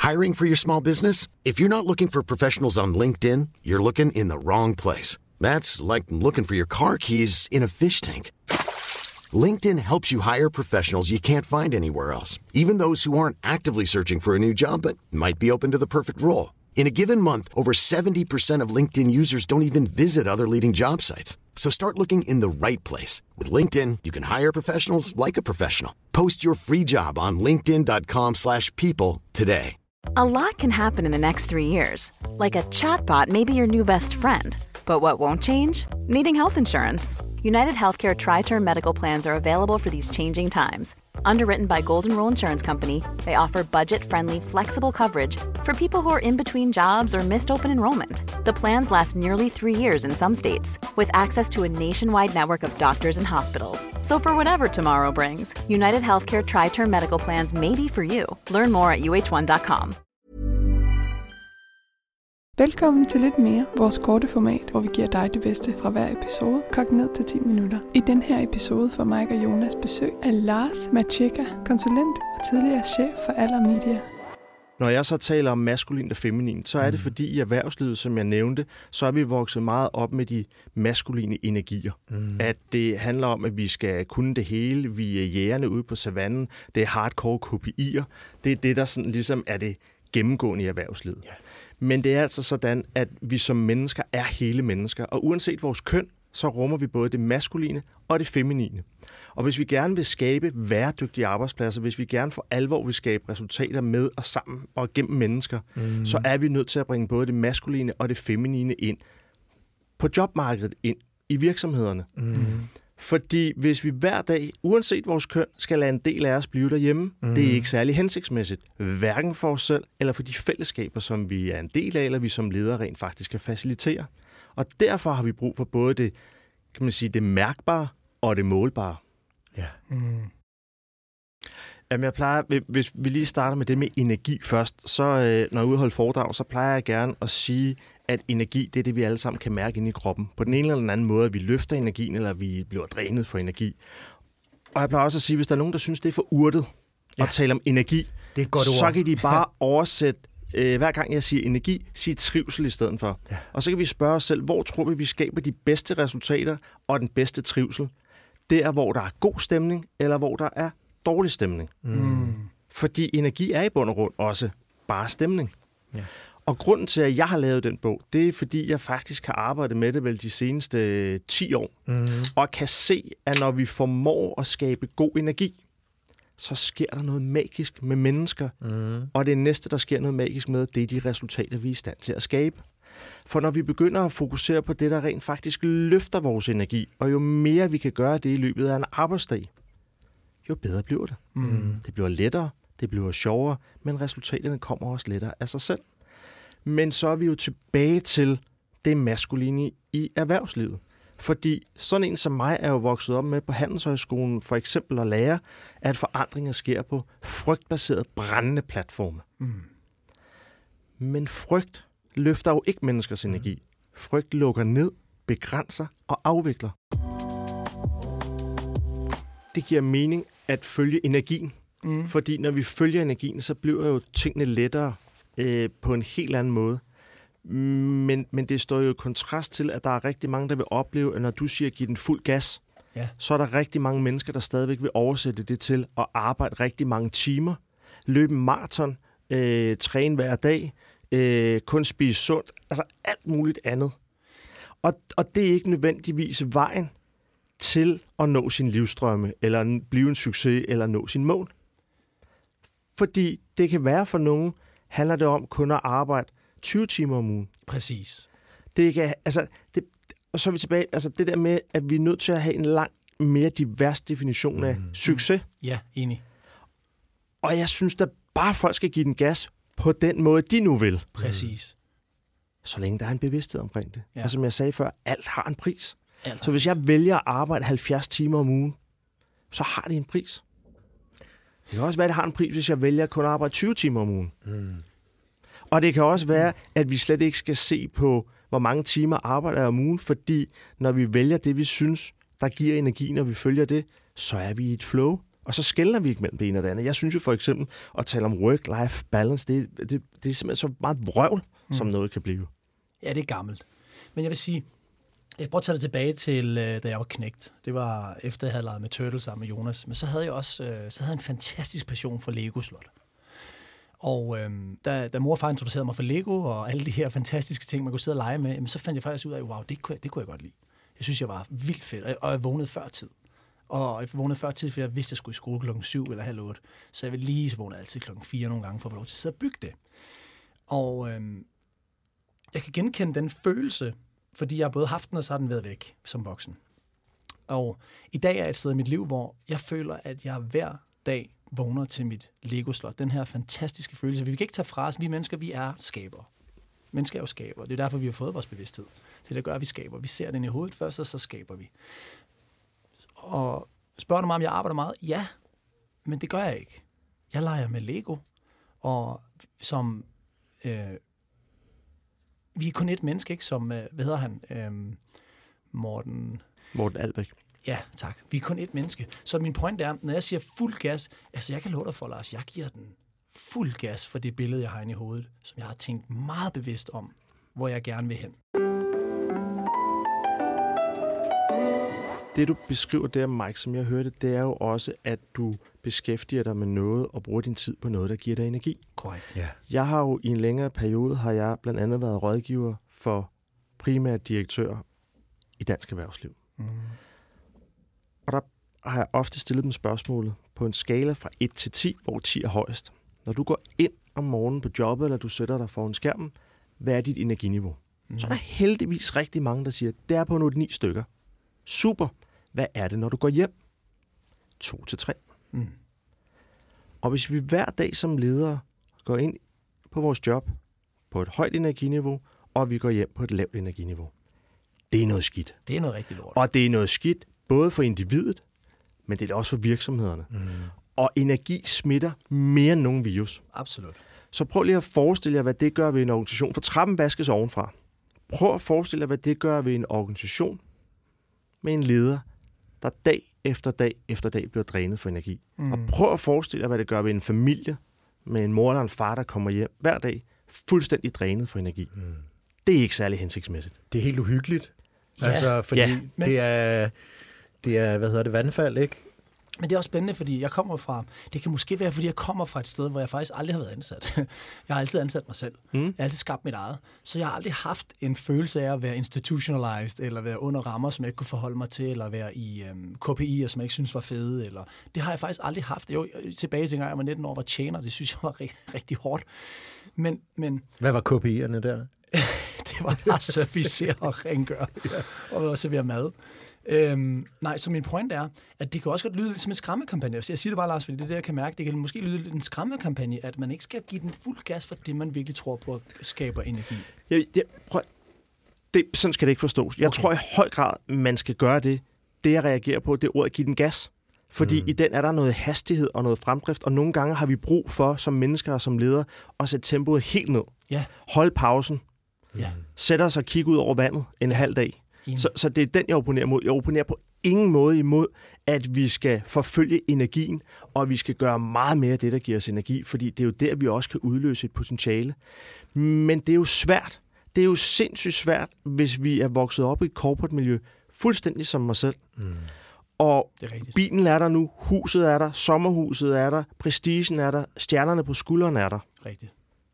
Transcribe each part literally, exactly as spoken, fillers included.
Hiring for your small business? If you're not looking for professionals on LinkedIn, you're looking in the wrong place. That's like looking for your car keys in a fish tank. LinkedIn helps you hire professionals you can't find anywhere else, even those who aren't actively searching for a new job but might be open to the perfect role. In a given month, over seventy percent of LinkedIn users don't even visit other leading job sites. So start looking in the right place. With LinkedIn, you can hire professionals like a professional. Post your free job on linkedin dot com slash people today. A lot can happen in the next three years. Like a chatbot may be your new best friend. But what won't change? Needing health insurance. United Healthcare Tri-Term Medical Plans are available for these changing times. Underwritten by Golden Rule Insurance Company, they offer budget-friendly, flexible coverage for people who are in between jobs or missed open enrollment. The plans last nearly three years in some states, with access to a nationwide network of doctors and hospitals. So for whatever tomorrow brings, United Healthcare Tri-Term Medical Plans may be for you. Learn more at u h one dot com. Velkommen til Lidt Mere, vores korte format, hvor vi giver dig det bedste fra hver episode, kogt ned til ti minutter. I den her episode får Mike og Jonas besøg af Lars Macheka, konsulent og tidligere chef for Aller Media. Når jeg så taler om maskulint og feminin, så er det fordi i erhvervslivet, som jeg nævnte, så er vi vokset meget op med de maskuline energier. Mm. At det handler om, at vi skal kunne det hele. Vi er jægerne ude på savannen. Det er hardcore K P I'er. Det er det, der sådan ligesom er det gennemgående i erhvervslivet. Yeah. Men det er altså sådan, at vi som mennesker er hele mennesker, og uanset vores køn, så rummer vi både det maskuline og det feminine. Og hvis vi gerne vil skabe bæredygtige arbejdspladser, hvis vi gerne for alvor vil skabe resultater med og sammen og gennem mennesker, mm. så er vi nødt til at bringe både det maskuline og det feminine ind på jobmarkedet, ind i virksomhederne. Mm. Fordi hvis vi hver dag, uanset vores køn, skal lade en del af os blive derhjemme, mm. det er ikke særlig hensigtsmæssigt. Hverken for os selv eller for de fællesskaber, som vi er en del af, eller vi som ledere rent faktisk kan facilitere. Og derfor har vi brug for både det, kan man sige, det mærkbare og det målbare. Ja. Mm. Jamen jeg plejer, hvis vi lige starter med det med energi først, så når jeg udholder foredrag, så plejer jeg gerne at sige, at energi, det er det, vi alle sammen kan mærke inde i kroppen. På den ene eller den anden måde, at vi løfter energien, eller vi bliver drænet for energi. Og jeg plejer også at sige, hvis der er nogen, der synes, det er for urtet ja. at tale om energi, det er et godt så ord. kan de bare oversætte, øh, hver gang jeg siger energi, sige trivsel i stedet for. Ja. Og så kan vi spørge os selv, hvor tror vi, vi skaber de bedste resultater og den bedste trivsel? Der, hvor der er god stemning, eller hvor der er dårlig stemning. Mm. Fordi energi er i bund og grund også bare stemning. Ja. Og grunden til, at jeg har lavet den bog, det er, fordi jeg faktisk har arbejdet med det vel de seneste ti år. Mm. Og kan se, at når vi formår at skabe god energi, så sker der noget magisk med mennesker. Mm. Og det næste, der sker noget magisk med, det er de resultater, vi er i stand til at skabe. For når vi begynder at fokusere på det, der rent faktisk løfter vores energi, og jo mere vi kan gøre det i løbet af en arbejdsdag, jo bedre bliver det. Mm. Det bliver lettere, det bliver sjovere, men resultaterne kommer også lettere af sig selv. Men så er vi jo tilbage til det maskuline i erhvervslivet. Fordi sådan en som mig er jo vokset op med på Handelshøjskolen for eksempel at lære, at forandringer sker på frygtbaserede brændende platforme. Mm. Men frygt løfter jo ikke menneskers energi. Frygt lukker ned, begrænser og afvikler. Det giver mening at følge energien. Mm. Fordi når vi følger energien, så bliver jo tingene lettere øh, på en helt anden måde. Men, men det står jo i kontrast til, at der er rigtig mange, der vil opleve, at når du siger, giv den fuld gas, ja. så er der rigtig mange mennesker, der stadigvæk vil oversætte det til at arbejde rigtig mange timer, løbe en maraton, øh, træne hver dag, øh, kun spise sundt, altså alt muligt andet. Og, og det er ikke nødvendigvis vejen til at nå sin livsdrømme, eller blive en succes, eller nå sin mål. Fordi det kan være for nogen, handler det om kun at arbejde tyve timer om ugen. Præcis. Det kan, altså, det, og så er vi tilbage, altså det der med, at vi er nødt til at have en lang, mere divers definition af mm. succes. Ja, enig. Og jeg synes, at bare folk skal give den gas på den måde, de nu vil. Præcis. Så længe der er en bevidsthed omkring det. Ja. Og som jeg sagde før, alt har en pris. Alt så hvis jeg vælger at arbejde halvfjerds timer om ugen, så har det en pris. Det kan også være, at det har en pris, hvis jeg vælger at kun arbejde tyve timer om ugen. Mm. Og det kan også være, at vi slet ikke skal se på, hvor mange timer arbejder jeg om ugen, fordi når vi vælger det, vi synes, der giver energi, når vi følger det, så er vi i et flow. Og så skelner vi ikke mellem det ene og det andet. Jeg synes jo for eksempel, at tale om work-life balance, det, det, det er simpelthen så meget vrøvl, mm. som noget kan blive. Ja, det er gammelt. Men jeg vil sige, jeg prøver at tage det tilbage til, da jeg var knægt. Det var efter, jeg havde leget med Turtle sammen med Jonas. Men så havde jeg også så havde jeg en fantastisk passion for Lego-slot. Og øhm, da, da mor og far introducerede mig for Lego og alle de her fantastiske ting, man kunne sidde og lege med, jamen, så fandt jeg faktisk ud af, wow, det kunne, jeg, det kunne jeg godt lide. Jeg synes, jeg var vildt fedt, og jeg, og jeg vågnede før tid. Og jeg vågnede før tid, for jeg vidste, at jeg skulle i skole klokken syv eller halv otte. Så jeg ville lige vågne altid klokken fire nogle gange, for at få lov til at sidde og bygge det. Og øhm, jeg kan genkende den følelse, fordi jeg har både haft den, og så har den været væk som voksen. Og i dag er jeg et sted i mit liv, hvor jeg føler, at jeg hver dag vågner til mit Lego-slot. Den her fantastiske følelse. Vi kan ikke tage fra os. Vi mennesker, vi er skabere. Mennesker er jo skabere. Det er derfor, vi har fået vores bevidsthed. Det, der gør, at vi skaber. Vi ser den i hovedet først, og så skaber vi. Og spørger du mig, om jeg arbejder meget? Ja, men det gør jeg ikke. Jeg leger med Lego, og som... Øh, vi er kun et menneske, ikke? Som, øh, hvad hedder han? Øh, Morten... Morten Albæk. Ja, tak. Vi er kun et menneske. Så min point er, når jeg siger fuld gas, altså jeg kan love dig for, Lars, jeg giver den fuld gas for det billede, jeg har inde i hovedet, som jeg har tænkt meget bevidst om, hvor jeg gerne vil hen. Det, du beskriver der, Mike, som jeg hørte, det er jo også, at du beskæftiger dig med noget og bruger din tid på noget, der giver dig energi. Korrekt. Ja. Jeg har jo i en længere periode, har jeg blandt andet været rådgiver for primært direktører i dansk erhvervsliv. Mm. Og der har jeg ofte stillet dem spørgsmålet på en skala fra et til ti, hvor ti er højest. Når du går ind om morgenen på jobbet, eller du sætter dig foran skærmen, hvad er dit energiniveau? Mm. Så er der heldigvis rigtig mange, der siger, det er på otte ni stykker. Super. Hvad er det, når du går hjem? to til tre. Mm. Og hvis vi hver dag som ledere går ind på vores job på et højt energiniveau, og vi går hjem på et lavt energiniveau, det er noget skidt. Det er noget rigtig lort. Og det er noget skidt, både for individet, men det er også for virksomhederne. Mm. Og energi smitter mere end nogen virus. Absolut. Så prøv lige at forestille jer, hvad det gør ved en organisation. For trappen vaskes ovenfra. Prøv at forestille jer, hvad det gør ved en organisation med en leder, der dag efter dag efter dag bliver drænet for energi. Mm. Og prøv at forestille jer, hvad det gør ved en familie med en mor eller en far, der kommer hjem hver dag, fuldstændig drænet for energi. Mm. Det er ikke særlig hensigtsmæssigt. Det er helt uhyggeligt. Ja. Altså, fordi ja. det er, det er, hvad hedder det, vandfald, ikke? Men det er også spændende, fordi jeg kommer fra... Det kan måske være, fordi jeg kommer fra et sted, hvor jeg faktisk aldrig har været ansat. Jeg har altid ansat mig selv. Mm. Jeg har altid skabt mit eget. Så jeg har aldrig haft en følelse af at være institutionalized, eller være under rammer, som jeg ikke kunne forholde mig til, eller være i øhm, K P I'er, som jeg ikke synes var fede. Eller... Det har jeg faktisk aldrig haft. Jo, tilbage til, jeg var nitten år, var tjener. Det synes jeg var rigtig, rigtig hårdt. Men, men... Hvad var K P I'erne der? Det var bare servicere og rengøre ja. og servere mad. Øhm, nej, så min point er, at det kan også godt lyde lidt som en skræmmekampagne. Jeg siger det bare, Lars, fordi det er det, jeg kan mærke. Det kan måske lyde lidt en skræmmekampagne, at man ikke skal give den fuld gas for det, man virkelig tror på skaber energi. Jeg, jeg, prøv, det, sådan skal det ikke forstås. Jeg okay. tror i høj grad, man skal gøre det. Det, jeg reagerer på, det er ordet at give den gas. Fordi mm. i den er der noget hastighed og noget fremdrift, og nogle gange har vi brug for, som mennesker og som ledere, at sætte tempoet helt ned. Ja. Hold pausen. Ja. Sæt os og kigge ud over vandet en halv dag. Så, så det er den, jeg opponerer mod. Jeg opponerer på ingen måde imod, at vi skal forfølge energien, og vi skal gøre meget mere af det, der giver os energi, fordi det er jo der, vi også kan udløse et potentiale. Men det er jo svært. Det er jo sindssygt svært, hvis vi er vokset op i et corporate-miljø, fuldstændig som mig selv. Mm. Og bilen er der nu, huset er der, sommerhuset er der, prestigen er der, stjernerne på skulderen er der. Rigtigt.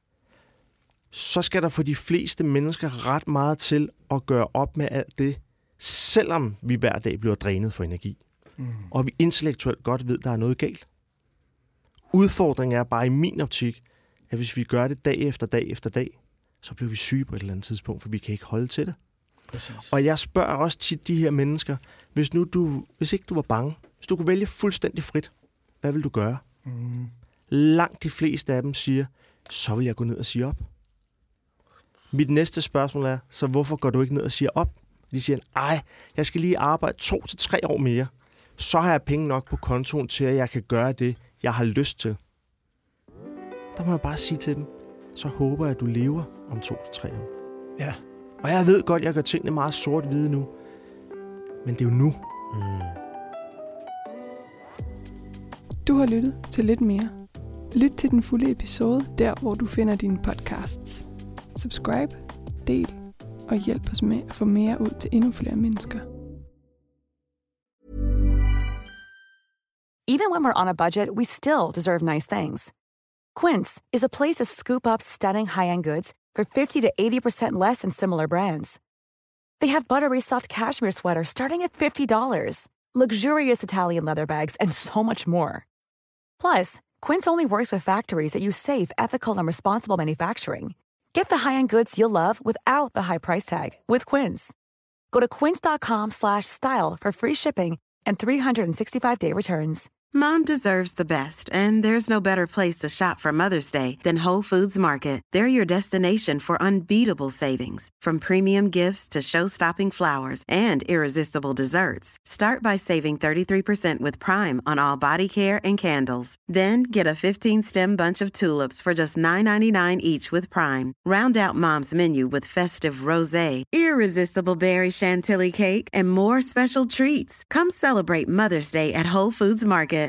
Så skal der for de fleste mennesker ret meget til at gøre op med alt det, selvom vi hver dag bliver drænet for energi. Mm. Og vi intellektuelt godt ved, at der er noget galt. Udfordringen er bare i min optik, at hvis vi gør det dag efter dag efter dag, så bliver vi syge på et eller andet tidspunkt, for vi kan ikke holde til det. Præcis. Og jeg spørger også tit de her mennesker, hvis, nu du, hvis ikke du var bange, hvis du kunne vælge fuldstændig frit, hvad vil du gøre? Mm. Langt de fleste af dem siger, så vil jeg gå ned og sige op. Mit næste spørgsmål er, så hvorfor går du ikke ned og siger op? De siger, ej, jeg skal lige arbejde to til tre år mere. Så har jeg penge nok på kontoen til, at jeg kan gøre det, jeg har lyst til. Der må jeg bare sige til dem, så håber jeg, at du lever om to til tre år. Ja. Og jeg ved godt, at jeg gør tingene meget sort-hvide nu. Men det er jo nu. Mm. Du har lyttet til Lidt mere. Lyt til den fulde episode, der hvor du finder dine podcasts. Subscribe, del og hjælp os med at få mere ud til endnu flere mennesker. Even when we're on a budget, we still deserve nice things. Quince is a place to scoop up stunning high-end goods for fifty to eighty percent less than similar brands. They have buttery soft cashmere sweaters starting at fifty dollars, luxurious Italian leather bags, and so much more. Plus, Quince only works with factories that use safe, ethical, and responsible manufacturing. Get the high-end goods you'll love without the high price tag with Quince. Go to quince.com slash style for free shipping and three sixty-five day returns. Mom deserves the best, and there's no better place to shop for Mother's Day than Whole Foods Market. They're your destination for unbeatable savings, from premium gifts to show-stopping flowers and irresistible desserts. Start by saving thirty-three percent with Prime on all body care and candles. Then get a fifteen-stem bunch of tulips for just nine ninety-nine each with Prime. Round out Mom's menu with festive rosé, irresistible berry chantilly cake, and more special treats. Come celebrate Mother's Day at Whole Foods Market.